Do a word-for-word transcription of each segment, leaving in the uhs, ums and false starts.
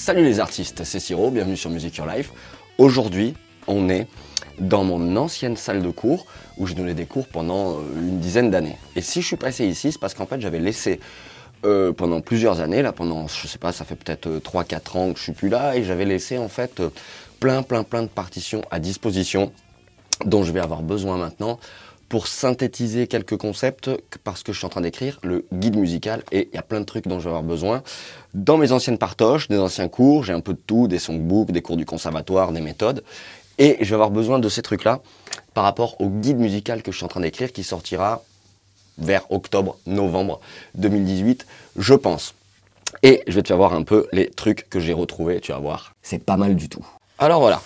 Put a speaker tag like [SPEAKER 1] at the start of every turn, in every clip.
[SPEAKER 1] Salut les artistes, c'est Siro, bienvenue sur Music Your Life. Aujourd'hui, on est dans mon ancienne salle de cours où j'ai donné des cours pendant une dizaine d'années. Et si je suis passé ici, c'est parce qu'en fait j'avais laissé euh, pendant plusieurs années, là pendant, je sais pas, ça fait peut-être trois quatre ans que je suis plus là, et j'avais laissé en fait plein plein plein de partitions à disposition dont je vais avoir besoin maintenant pour synthétiser quelques concepts parce que je suis en train d'écrire le guide musical et il y a plein de trucs dont je vais avoir besoin. Dans mes anciennes partoches, des anciens cours, j'ai un peu de tout, des songbooks, des cours du conservatoire, des méthodes. Et je vais avoir besoin de ces trucs-là par rapport au guide musical que je suis en train d'écrire qui sortira vers octobre, novembre deux mille dix-huit, je pense. Et je vais te faire voir un peu les trucs que j'ai retrouvés, tu vas voir, c'est pas mal du tout. Alors voilà.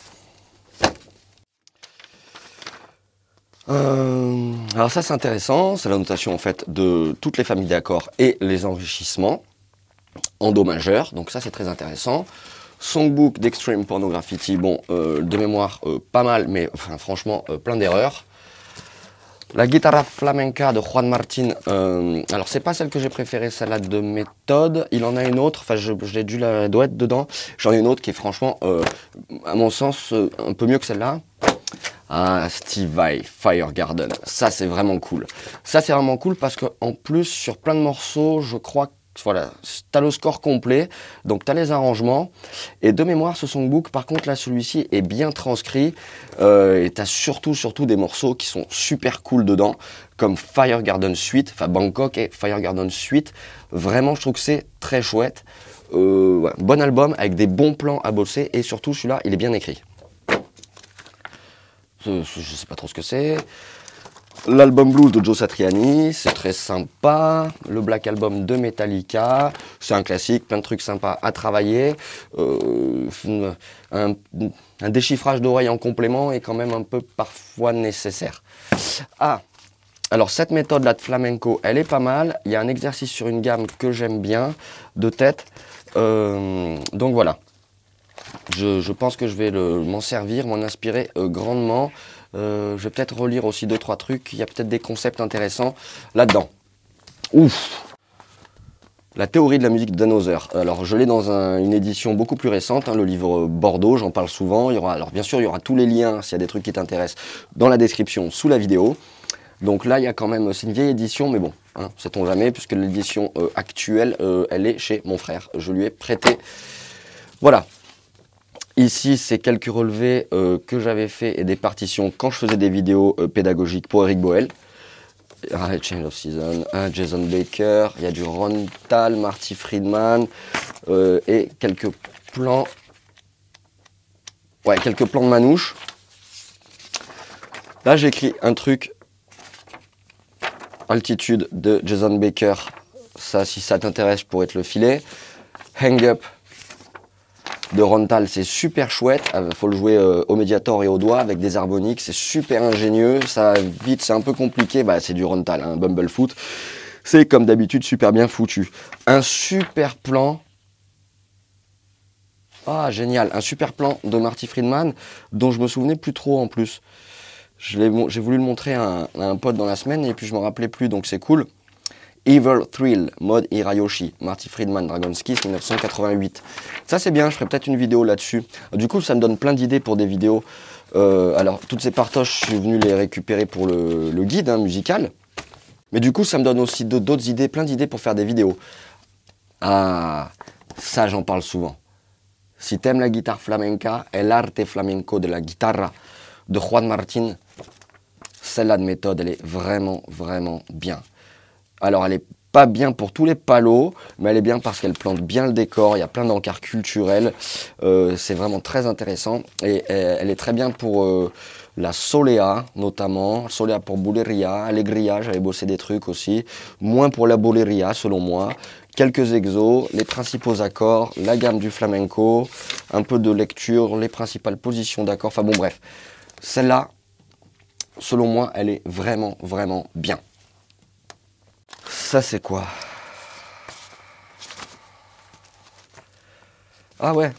[SPEAKER 1] Euh, alors ça c'est intéressant, c'est la notation en fait de toutes les familles d'accords et les enrichissements en Do majeur, donc ça c'est très intéressant. Songbook d'Extreme Pornograffiti, bon euh, de mémoire euh, pas mal, mais enfin, franchement euh, plein d'erreurs. La Guitarra Flamenca de Juan Martin, euh, alors c'est pas celle que j'ai préférée, celle-là de méthode, il en a une autre, enfin je, je l'ai dû la doit être dedans, j'en ai une autre qui est franchement, euh, à mon sens, euh, un peu mieux que celle-là. Ah, Steve Vai, Fire Garden, ça c'est vraiment cool. Ça c'est vraiment cool parce qu'en plus sur plein de morceaux, je crois que voilà, t'as le score complet, donc t'as les arrangements. Et de mémoire ce songbook, par contre là celui-ci est bien transcrit euh, et t'as surtout surtout des morceaux qui sont super cool dedans, comme Fire Garden Suite, enfin Bangkok et Fire Garden Suite. Vraiment je trouve que c'est très chouette. Euh, ouais, bon album avec des bons plans à bosser et surtout celui-là il est bien écrit. Je sais pas trop ce que c'est. L'album Blues de Joe Satriani, c'est très sympa. Le Black Album de Metallica, c'est un classique, plein de trucs sympas à travailler. Euh, un, un déchiffrage d'oreille en complément est quand même un peu parfois nécessaire. Ah, alors cette méthode là de flamenco, elle est pas mal. Il y a un exercice sur une gamme que j'aime bien, de tête. Euh, donc voilà. Je, je pense que je vais m'en servir, m'en inspirer euh, grandement. Euh, je vais peut-être relire aussi deux trois trucs. Il y a peut-être des concepts intéressants là-dedans. Ouf! La théorie de la musique de Dan Hauser. Alors je l'ai dans un, une édition beaucoup plus récente, hein, le livre Bordeaux, j'en parle souvent. Il y aura, alors bien sûr, il y aura tous les liens s'il y a des trucs qui t'intéressent dans la description sous la vidéo. Donc là, il y a quand même, c'est une vieille édition, mais bon, hein, sait-on jamais, puisque l'édition euh, actuelle, euh, elle est chez mon frère. Je lui ai prêté. Voilà. Ici, c'est quelques relevés euh, que j'avais fait et des partitions quand je faisais des vidéos euh, pédagogiques pour Eric Boel. Ah, Change of Season, un Jason Baker, il y a du Ron Tal, Marty Friedman euh, et quelques plans. Ouais, quelques plans de manouche. Là, j'ai écrit un truc. Altitude de Jason Baker. Ça, si ça t'intéresse, je pourrais te le filer. Hang Up de Ron Tal, c'est super chouette, il faut le jouer euh, au médiator et au doigt avec des harmoniques, c'est super ingénieux, ça vite, c'est un peu compliqué, bah c'est du Ron Tal, hein, Bumblefoot, c'est comme d'habitude super bien foutu. Un super plan, ah génial, un super plan de Marty Friedman dont je me souvenais plus trop en plus. J'ai voulu le montrer à un, à un pote dans la semaine et puis je me rappelais plus, donc c'est cool. Evil Thrill, mode Hirayoshi, Marty Friedman, Dragon's Kiss, mille neuf cent quatre-vingt-huit. Ça c'est bien, je ferai peut-être une vidéo là-dessus. Du coup, ça me donne plein d'idées pour des vidéos. Euh, alors, toutes ces partoches, je suis venu les récupérer pour le, le guide hein, musical. Mais du coup, ça me donne aussi d'autres idées, plein d'idées pour faire des vidéos. Ah, ça j'en parle souvent. Si t'aimes la guitare flamenca, El arte flamenco de la guitarra de Juan Martin, celle-là de méthode, elle est vraiment, vraiment bien. Alors, elle n'est pas bien pour tous les palos, mais elle est bien parce qu'elle plante bien le décor. Il y a plein d'encarts culturels. Euh, c'est vraiment très intéressant. Et, et elle est très bien pour euh, la solea, notamment. Solea pour buleria, allegria, j'avais bossé des trucs aussi. Moins pour la buleria, selon moi. Quelques exos, les principaux accords, la gamme du flamenco, un peu de lecture, les principales positions d'accords. Enfin bon, bref. Celle-là, selon moi, elle est vraiment, vraiment bien. Ça c'est quoi? Ah ouais.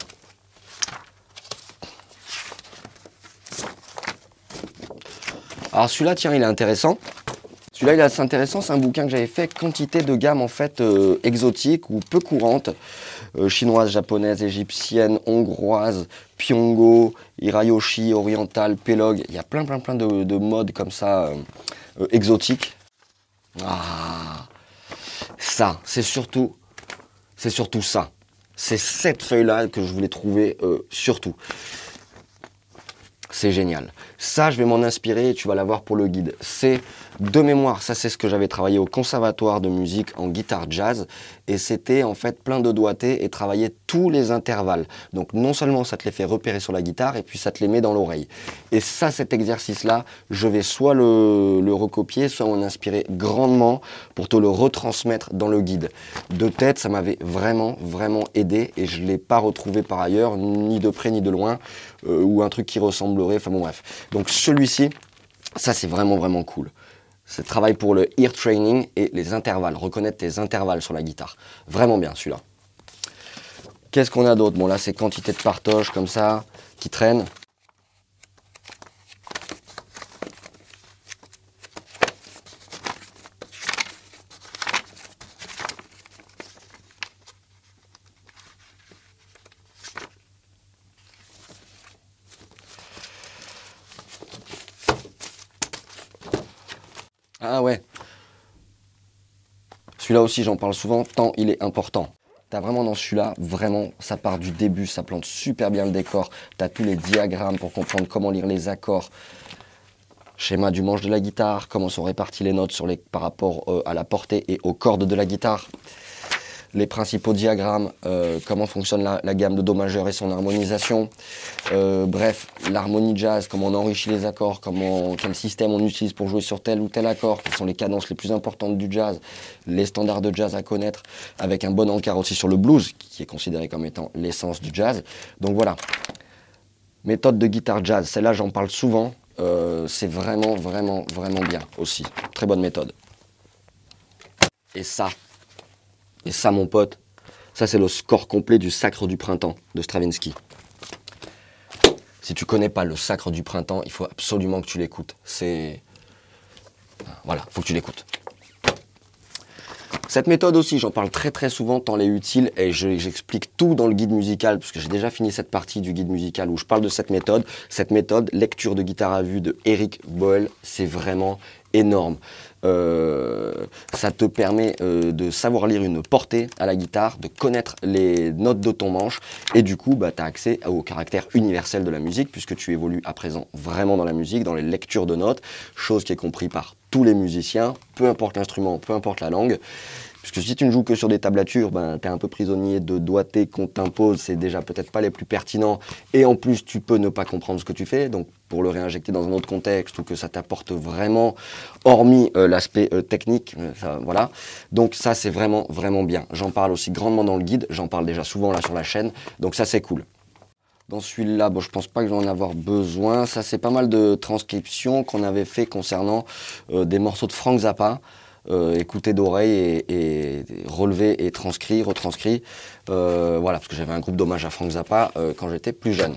[SPEAKER 1] Alors celui-là, tiens, il est intéressant. Celui-là, il est assez intéressant. C'est un bouquin que j'avais fait, quantité de gamme en fait euh, exotique ou peu courante. euh, chinoise, japonaise, égyptienne, hongroise, pyongo, hirayoshi, orientale, pelog. Il y a plein plein plein de, de modes comme ça euh, euh, exotiques. Ah, ça, c'est surtout, c'est surtout ça. C'est cette feuille-là que je voulais trouver euh, surtout. C'est génial. Ça, je vais m'en inspirer et tu vas l'avoir pour le guide. C'est de mémoire, ça c'est ce que j'avais travaillé au conservatoire de musique en guitare jazz. Et c'était en fait plein de doigtés et travailler tous les intervalles. Donc non seulement ça te les fait repérer sur la guitare et puis ça te les met dans l'oreille. Et ça, cet exercice-là, je vais soit le, le recopier, soit m'en inspirer grandement pour te le retransmettre dans le guide. De tête, ça m'avait vraiment, vraiment aidé et je ne l'ai pas retrouvé par ailleurs, ni de près ni de loin, euh, ou un truc qui ressemblerait, enfin bon bref. Donc celui-ci, ça c'est vraiment, vraiment cool. C'est travail pour le ear training et les intervalles, reconnaître tes intervalles sur la guitare. Vraiment bien celui-là. Qu'est-ce qu'on a d'autre? Bon là c'est quantité de partoches comme ça, qui traînent. Ah ouais, celui-là aussi j'en parle souvent, tant il est important. T'as vraiment dans celui-là, vraiment, ça part du début, ça plante super bien le décor. T'as tous les diagrammes pour comprendre comment lire les accords. Schéma du manche de la guitare, comment sont réparties les notes sur les, par rapport euh, à la portée et aux cordes de la guitare. Les principaux diagrammes, euh, comment fonctionne la, la gamme de Do majeur et son harmonisation. Euh, bref, l'harmonie jazz, comment on enrichit les accords, comment, quel système on utilise pour jouer sur tel ou tel accord, quelles sont les cadences les plus importantes du jazz, les standards de jazz à connaître, avec un bon encart aussi sur le blues, qui est considéré comme étant l'essence du jazz. Donc voilà, méthode de guitare jazz, celle-là j'en parle souvent, euh, c'est vraiment, vraiment, vraiment bien aussi. Très bonne méthode. Et ça, Et ça, mon pote, ça c'est le score complet du Sacre du Printemps de Stravinsky. Si tu connais pas le Sacre du Printemps, il faut absolument que tu l'écoutes. C'est... Voilà, faut que tu l'écoutes. Cette méthode aussi, j'en parle très très souvent, tant elle est utile, et j'explique tout dans le guide musical, puisque j'ai déjà fini cette partie du guide musical où je parle de cette méthode. Cette méthode, lecture de guitare à vue de Eric Boel, c'est vraiment énorme. Euh, ça te permet euh, de savoir lire une portée à la guitare, de connaître les notes de ton manche et du coup bah, tu as accès au caractère universel de la musique puisque tu évolues à présent vraiment dans la musique, dans les lectures de notes, chose qui est comprise par tous les musiciens, peu importe l'instrument, peu importe la langue. Puisque si tu ne joues que sur des tablatures, ben, tu es un peu prisonnier de doigtés qu'on t'impose, c'est déjà peut-être pas les plus pertinents. Et en plus, tu peux ne pas comprendre ce que tu fais. Donc, pour le réinjecter dans un autre contexte ou que ça t'apporte vraiment, hormis euh, l'aspect euh, technique, euh, ça, voilà. Donc ça, c'est vraiment, vraiment bien. J'en parle aussi grandement dans le guide. J'en parle déjà souvent là sur la chaîne. Donc ça, c'est cool. Dans celui-là, bon, je pense pas que je vais en avoir besoin. Ça, c'est pas mal de transcriptions qu'on avait fait concernant euh, des morceaux de Frank Zappa. Euh, écouter d'oreille et, et relever et transcrit, retranscrit. Euh, voilà, parce que j'avais un groupe d'hommage à Frank Zappa euh, quand j'étais plus jeune.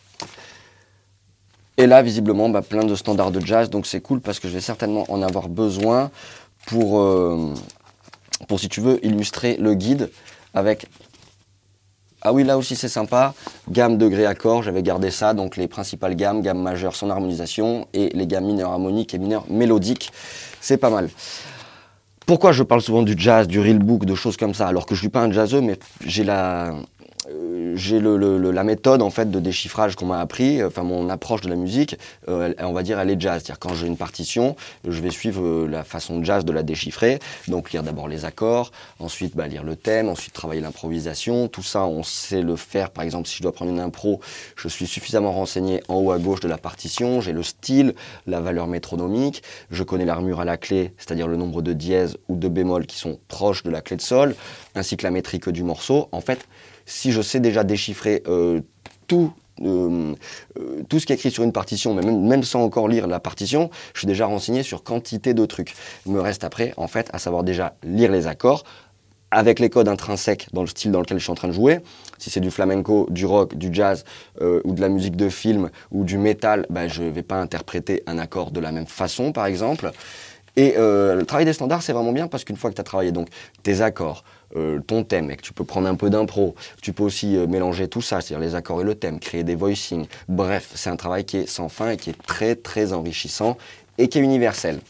[SPEAKER 1] Et là, visiblement, bah, plein de standards de jazz, donc c'est cool parce que je vais certainement en avoir besoin pour, euh, pour si tu veux, illustrer le guide avec... Ah oui, là aussi c'est sympa, gamme, degré, accord, j'avais gardé ça, donc les principales gammes, gamme majeure, son harmonisation, et les gammes mineures harmoniques et mineures mélodiques, c'est pas mal. Pourquoi je parle souvent du jazz, du real book, de choses comme ça, alors que je ne suis pas un jazzeux, mais j'ai la, euh, j'ai le, le, le, la méthode en fait de déchiffrage qu'on m'a appris, enfin mon approche de la musique, euh, elle, on va dire elle est jazz, c'est-à-dire quand j'ai une partition, je vais suivre euh, la façon jazz de la déchiffrer, donc lire d'abord les accords, ensuite bah, lire le thème, ensuite travailler l'improvisation, tout ça on sait le faire, par exemple si je dois prendre une impro, je suis suffisamment renseigné en haut à gauche de la partition, j'ai le style, la valeur métronomique, je connais l'armure à la clé, c'est-à-dire le nombre de dièses ou de bémols qui sont proches de la clé de sol, ainsi que la métrique du morceau. En fait, si je sais déjà déchiffrer euh, tout, euh, euh, tout ce qui est écrit sur une partition, mais même, même sans encore lire la partition, je suis déjà renseigné sur quantité de trucs. Il me reste après, en fait, à savoir déjà lire les accords, avec les codes intrinsèques dans le style dans lequel je suis en train de jouer. Si c'est du flamenco, du rock, du jazz euh, ou de la musique de film ou du métal, bah, je ne vais pas interpréter un accord de la même façon, par exemple. Et euh, le travail des standards, c'est vraiment bien parce qu'une fois que tu as travaillé donc, tes accords, euh, ton thème, et que tu peux prendre un peu d'impro, tu peux aussi euh, mélanger tout ça, c'est-à-dire les accords et le thème, créer des voicings. Bref, c'est un travail qui est sans fin et qui est très très enrichissant et qui est universel.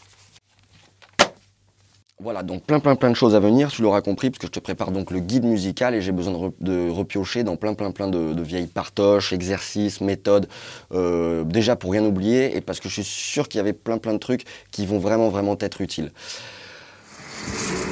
[SPEAKER 1] Voilà, donc plein plein plein de choses à venir, tu l'auras compris, parce que je te prépare donc le guide musical et j'ai besoin de, re de repiocher dans plein plein plein de, de vieilles partoches, exercices, méthodes, euh, déjà pour rien oublier et parce que je suis sûr qu'il y avait plein plein de trucs qui vont vraiment vraiment être utiles.